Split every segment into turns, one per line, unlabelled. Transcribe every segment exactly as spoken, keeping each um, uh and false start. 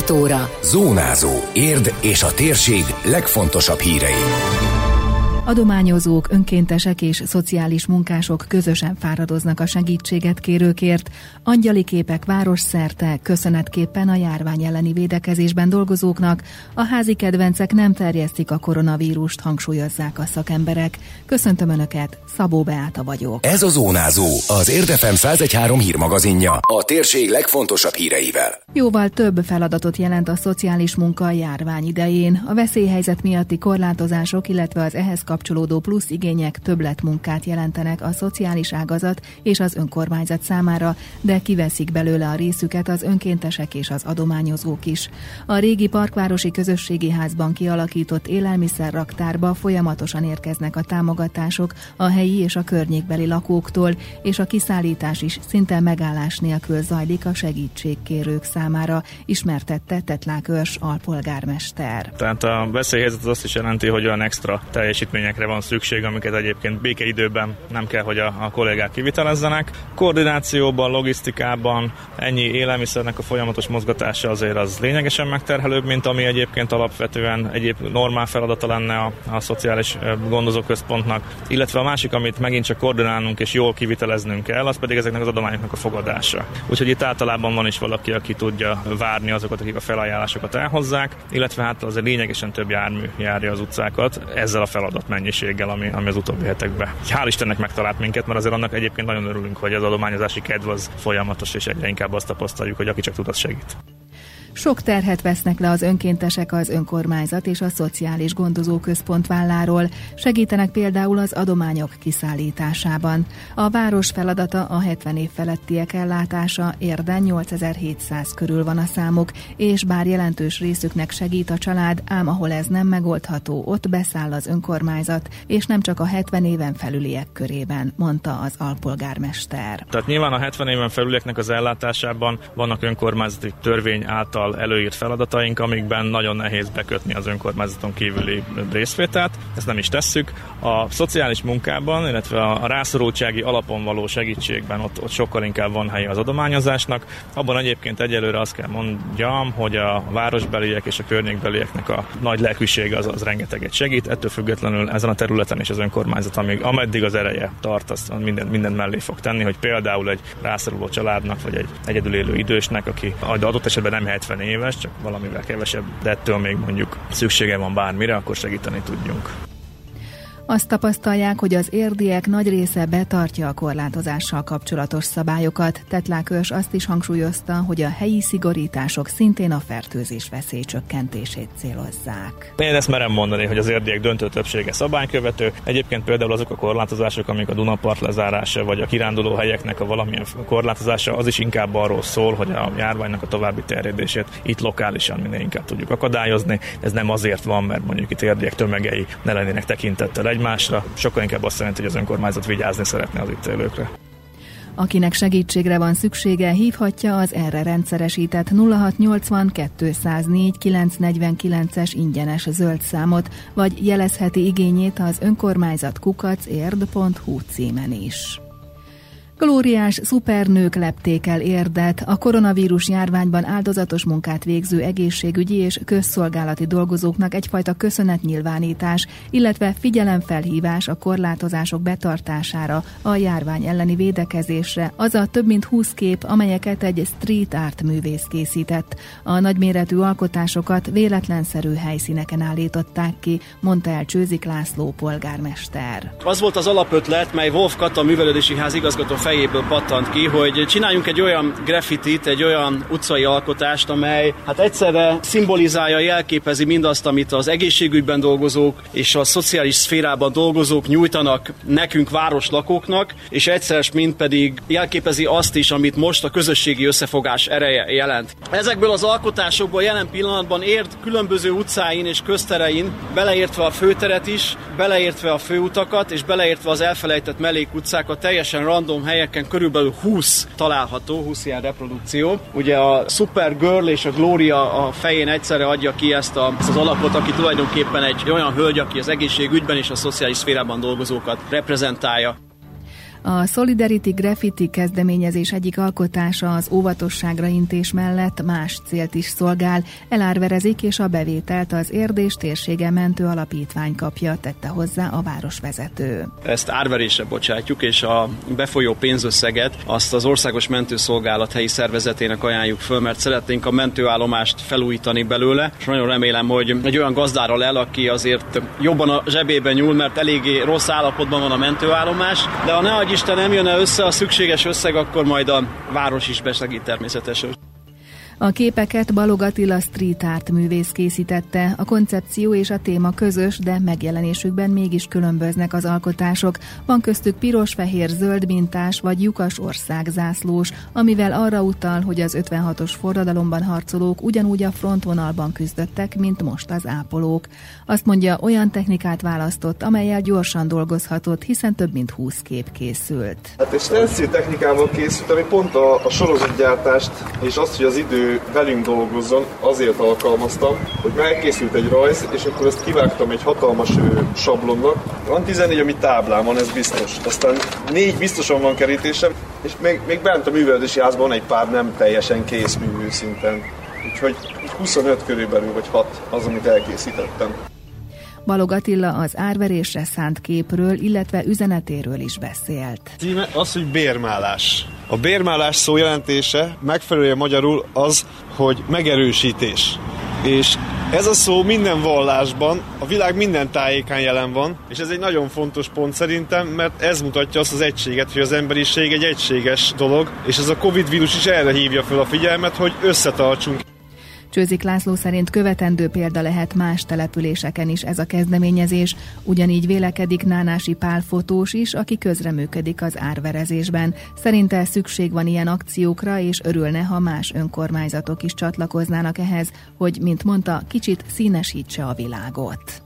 hét óra.
Zónázó. Érd és a térség legfontosabb hírei.
Adományozók, önkéntesek és szociális munkások közösen fáradoznak a segítséget kérőkért. Angyali képek városszerte, köszönetképpen a járvány elleni védekezésben dolgozóknak. A házi kedvencek nem terjesztik a koronavírust, hangsúlyozzák a szakemberek. Köszöntöm Önöket, Szabó Beáta vagyok.
Ez a Zónázó, az Érd ef em száz egy három hírmagazinja, a térség legfontosabb híreivel.
Jóval több feladatot jelent a szociális munka a járvány idején. A veszélyhelyzet miatti korlátozások, illetve az ehhez kapcsolódó plusz igények többletmunkát jelentenek a szociális ágazat és az önkormányzat számára, de kiveszik belőle a részüket az önkéntesek és az adományozók is. A régi Parkvárosi Közösségi Házban kialakított élelmiszerraktárba folyamatosan érkeznek a támogatások a helyi és a környékbeli lakóktól, és a kiszállítás is szinte megállás nélkül zajlik a segítségkérők számára, ismertette Tetlák Örs alpolgármester.
Tehát a veszélyhelyzet az azt is jelenti, hogy olyan extra teljesítményekre van szükség, amiket egyébként békeidőben nem kell, hogy a, a kollégák kivitelezzenek. Koordinációban, logisztikában ennyi élelmiszernek a folyamatos mozgatása azért az lényegesen megterhelőbb, mint ami egyébként alapvetően egyéb normál feladata lenne a, a szociális gondozóközpontnak. Illetve a másik, amit megint csak koordinálnunk és jól kiviteleznünk kell, az pedig ezeknek az adományoknak a fogadása. Úgyhogy itt általában van is valaki, aki tudja várni azokat, akik a felajánlásokat elhozzák, illetve hát azért lényegesen több jármű járja az utcákat ezzel a feladat mennyiséggel, ami, ami az utóbbi hetekben. Hál' Istennek megtalált minket, mert azért annak egyébként nagyon örülünk, hogy az adományozási kedv az folyamatos, és egyre inkább azt tapasztaljuk, hogy aki csak tud, az segít.
Sok terhet vesznek le az önkéntesek az önkormányzat és a szociális gondozóközpont válláról, segítenek például az adományok kiszállításában. A város feladata a hetven év felettiek ellátása, Érden nyolcezer-hétszáz körül van a számuk, és bár jelentős részüknek segít a család, ám ahol ez nem megoldható, ott beszáll az önkormányzat, és nem csak a hetven éven felüliek körében, mondta az alpolgármester.
Tehát nyilván a hetven éven felülieknek az ellátásában vannak önkormányzati törvény által előírt feladataink, amikben nagyon nehéz bekötni az önkormányzaton kívüli részvételt. Ezt nem is tesszük. A szociális munkában, illetve a rászorultsági alapon való segítségben ott, ott sokkal inkább van helye az adományozásnak. Abban egyébként egyelőre azt kell mondjam, hogy a városbeliek és a környékbelieknek a nagy lelkűsége az, az rengeteget segít. Ettől függetlenül ezen a területen is az önkormányzat, amíg, ameddig az ereje tart, az minden, minden mellé fog tenni, hogy például egy rászoruló családnak, vagy egy egyedül élő idősnek, aki adott esetben nem hetven éves, csak valamivel kevesebb, de ettől még mondjuk szüksége van bármire, akkor segíteni tudjunk.
Azt tapasztalják, hogy az érdiek nagy része betartja a korlátozással kapcsolatos szabályokat. Tetlák Örs azt is hangsúlyozta, hogy a helyi szigorítások szintén a fertőzés veszélycsökkentését célozzák.
Én ezt merem mondani, hogy az érdiek döntő többsége szabálykövető. Egyébként például azok a korlátozások, amik a Dunapart lezárása, vagy a kiránduló helyeknek a valamilyen korlátozása, az is inkább arról szól, hogy a járványnak a további terjedését itt lokálisan minél inkább tudjuk akadályozni. Ez nem azért van, mert mondjuk itt érdiek tömegei ne lennének tekintettel egymásra, sokkal inkább azt jelenti, hogy az önkormányzat vigyázni szeretne az itt élőkre.
Akinek segítségre van szüksége, hívhatja az erre rendszeresített nulla hat nyolcvan kétszáznégy kilencszáznegyvenkilences ingyenes zöld számot, vagy jelezheti igényét az önkormányzat kukac érd pont hu címen is. Glóriás szupernők lepték el Érdet. A koronavírus járványban áldozatos munkát végző egészségügyi és közszolgálati dolgozóknak egyfajta köszönetnyilvánítás, illetve figyelemfelhívás a korlátozások betartására, a járvány elleni védekezésre, az a több mint húsz kép, amelyeket egy street art művész készített. A nagyméretű alkotásokat véletlenszerű helyszíneken állították ki, mondta el Csőzik László polgármester.
Az volt az alapötlet, mely Wolf Kata művelődési ház igazgató fejéből pattant ki, hogy csináljunk egy olyan graffitit, egy olyan utcai alkotást, amely hát egyszerre szimbolizálja, jelképezi mindazt, amit az egészségügyben dolgozók és a szociális szférában dolgozók nyújtanak nekünk, városlakóknak, és egyszer mind pedig jelképezi azt is, amit most a közösségi összefogás ereje jelent. Ezekből az alkotásokból jelen pillanatban Érd különböző utcáin és közterein, beleértve a főteret is, beleértve a főutakat, és beleértve az elfelejtett mellékutcákat, teljesen random helyeken körülbelül húsz található, húsz ilyen reprodukció. Ugye a Supergirl és a Gloria a fején egyszerre adja ki ezt, a, ezt az alapot, aki tulajdonképpen egy olyan hölgy, aki az egészségügyben és a szociális szférában dolgozókat reprezentálja.
A Solidarity Graffiti kezdeményezés egyik alkotása az óvatosságra intés mellett más célt is szolgál, elárverezik és a bevételt az Érdés térsége mentő alapítvány kapja, tette hozzá a városvezető.
Ezt árverésre bocsátjuk, és a befolyó pénzösszeget azt az Országos Mentőszolgálat helyi szervezetének ajánljuk föl, mert szeretnénk a mentőállomást felújítani belőle, és nagyon remélem, hogy egy olyan gazdára lel, aki azért jobban a zsebében nyúl, mert eléggé rossz állapotban van a mentőállomás, de ha ne adj Isten nem jönne össze a szükséges összeg, akkor majd a város is besegít természetesen.
A képeket Balog Attila street art művész készítette. A koncepció és a téma közös, de megjelenésükben mégis különböznek az alkotások. Van köztük piros, fehér, zöld mintás vagy lyukas országzászlós, amivel arra utal, hogy az ötvenhatos forradalomban harcolók ugyanúgy a frontvonalban küzdöttek, mint most az ápolók. Azt mondja, olyan technikát választott, amellyel gyorsan dolgozhatott, hiszen több mint húsz kép készült.
Hát egy stencil technikával készült, ami pont a, a sorozatgyártást és azt, hogy az idő velünk dolgozzon, azért alkalmaztam, hogy elkészült egy rajz, és akkor ezt kivágtam egy hatalmas sablonnak. Van tizennégy, ami táblán van, ez biztos. Aztán négy biztosan van kerítésem, és még, még bent a művelődési házban van egy pár nem teljesen kész művő szinten. Úgyhogy huszonöt körülbelül, vagy hat az, amit elkészítettem.
Balog Attila az árverésre szánt képről, illetve üzenetéről is beszélt.
Címe az, hogy bérmálás. A bérmálás szó jelentése megfelelően magyarul az, hogy megerősítés. És ez a szó minden vallásban, a világ minden tájékán jelen van, és ez egy nagyon fontos pont szerintem, mert ez mutatja azt az egységet, hogy az emberiség egy egységes dolog, és ez a Covid vírus is erre hívja fel a figyelmet, hogy összetartsunk.
Csőzik László szerint követendő példa lehet más településeken is ez a kezdeményezés, ugyanígy vélekedik Nánási Pál fotós is, aki közreműködik az árverezésben. Szerinte szükség van ilyen akciókra, és örülne, ha más önkormányzatok is csatlakoznának ehhez, hogy, mint mondta, kicsit színesítse a világot.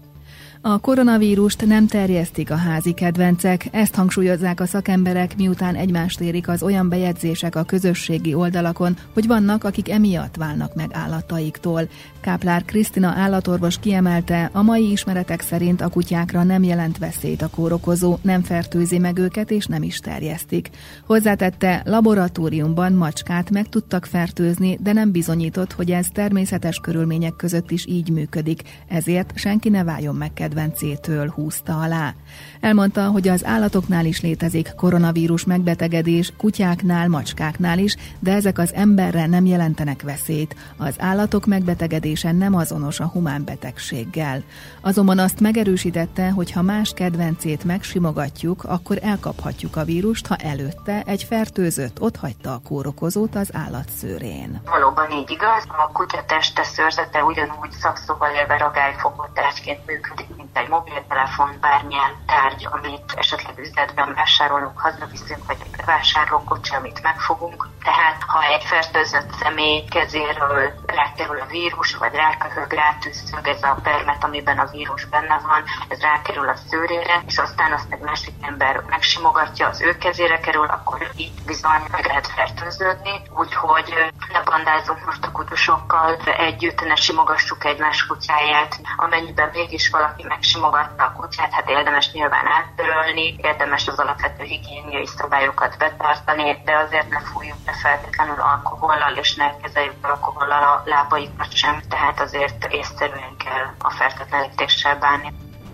A koronavírust nem terjesztik a házi kedvencek, ezt hangsúlyozzák a szakemberek, miután egymást érik az olyan bejegyzések a közösségi oldalakon, hogy vannak, akik emiatt válnak meg állataiktól. Káplár Krisztina állatorvos kiemelte, a mai ismeretek szerint a kutyákra nem jelent veszélyt a kórokozó, nem fertőzi meg őket és nem is terjesztik. Hozzátette, laboratóriumban macskát meg tudtak fertőzni, de nem bizonyított, hogy ez természetes körülmények között is így működik, ezért senki ne váljon meg kedvencétől, húzta alá. Elmondta, hogy az állatoknál is létezik koronavírus megbetegedés, kutyáknál, macskáknál is, de ezek az emberre nem jelentenek veszélyt. Az állatok megbetegedése nem azonos a humán betegséggel. Azonban azt megerősítette, hogy ha más kedvencét megsimogatjuk, akkor elkaphatjuk a vírust, ha előtte egy fertőzött otthagyta a kórokozót az állat szőrén.
Valóban így igaz, a kutya teste szőrzete ugyanúgy szakszóval élve ragályfogó tárgyként működik, mint egy mobiltelefon, bármilyen tárgy, amit esetleg üzletben vásárolunk, hazaviszünk, vagy egy bevásárlókocsi, amit megfogunk. Tehát, ha egy fertőzött személy kezéről rákerül a vírus, vagy ráköhög, rátűzszög ez a permet, amiben a vírus benne van, ez rákerül a szőrére, és aztán azt egy másik ember megsimogatja, az ő kezére kerül, akkor itt bizony meg lehet fertőződni. Úgyhogy ne bandázunk most a kutyusokkal együtt, ne simogassuk egymás kutyáját. Amennyiben mégis valaki megsimogatta a kutyát, hát érdemes nyilván áttörölni, érdemes az alapvető higiéniai szabályokat betartani, de azért ne fújjuk be feltétlenül alkohollal, és ne kezeljük alkohollal a lábaikat sem, tehát azért észszerűen kell a fertőtlenítéssel bánni.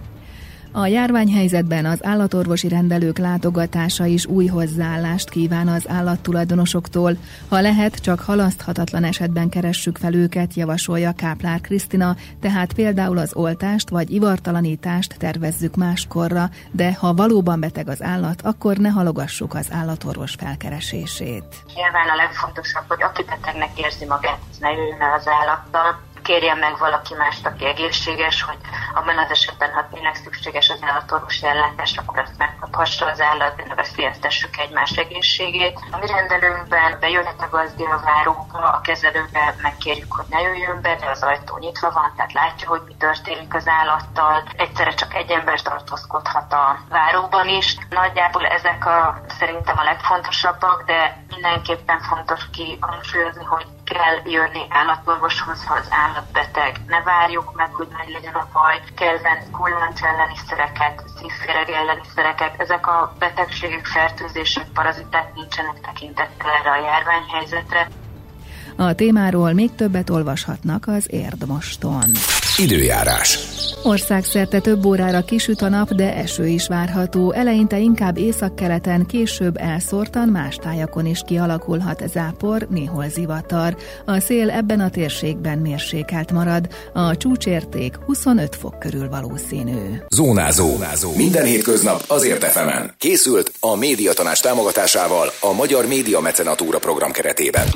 A járványhelyzetben az állatorvosi rendelők látogatása is új hozzáállást kíván az állattulajdonosoktól. Ha lehet, csak halaszthatatlan esetben keressük fel őket, javasolja Káplár Krisztina, tehát például az oltást vagy ivartalanítást tervezzük máskorra, de ha valóban beteg az állat, akkor ne halogassuk az állatorvos felkeresését.
Nyilván a legfontosabb, hogy aki betegnek érzi magát, ne jöjjön el az állattal, kérjen meg valaki mást, aki egészséges, hogy abban az esetben, ha tényleg szükséges az állatorvosi ellátás, akkor azt megkaphassa az állat, de ne veszélyeztessük egymás egészségét. A mi rendelőnkben bejönhet a gazdi a váróba, a kezelőbe megkérjük, hogy ne jöjjön be, de az ajtó nyitva van, tehát látja, hogy mi történik az állattal. Egyszerre csak egy ember tartózkodhat a váróban is. Nagyjából ezek a, szerintem a legfontosabbak, de mindenképpen fontos kihangsúlyozni, hogy kell jönni állatorvoshoz, ha az állat beteg. Ne várjuk meg, hogy nagy legyen a baj, kell venni kullancs elleni szereket, szívféreg elleni szereket. Ezek a betegségek, fertőzések, paraziták nincsenek tekintettel erre a járványhelyzetre.
A témáról még többet olvashatnak az Érdmoston.
Időjárás.
Országszerte több órára kisüt a nap, de eső is várható. Eleinte inkább északkeleten, később elszórtan más tájakon is kialakulhat zápor, néhol zivatar. A szél ebben a térségben mérsékelt marad. A csúcsérték huszonöt fok körül valószínű.
Zónázó. Zónázó. Minden hétköznap az Ért ef emen. Készült a Médiatanács támogatásával a Magyar Média Mecenatúra program keretében.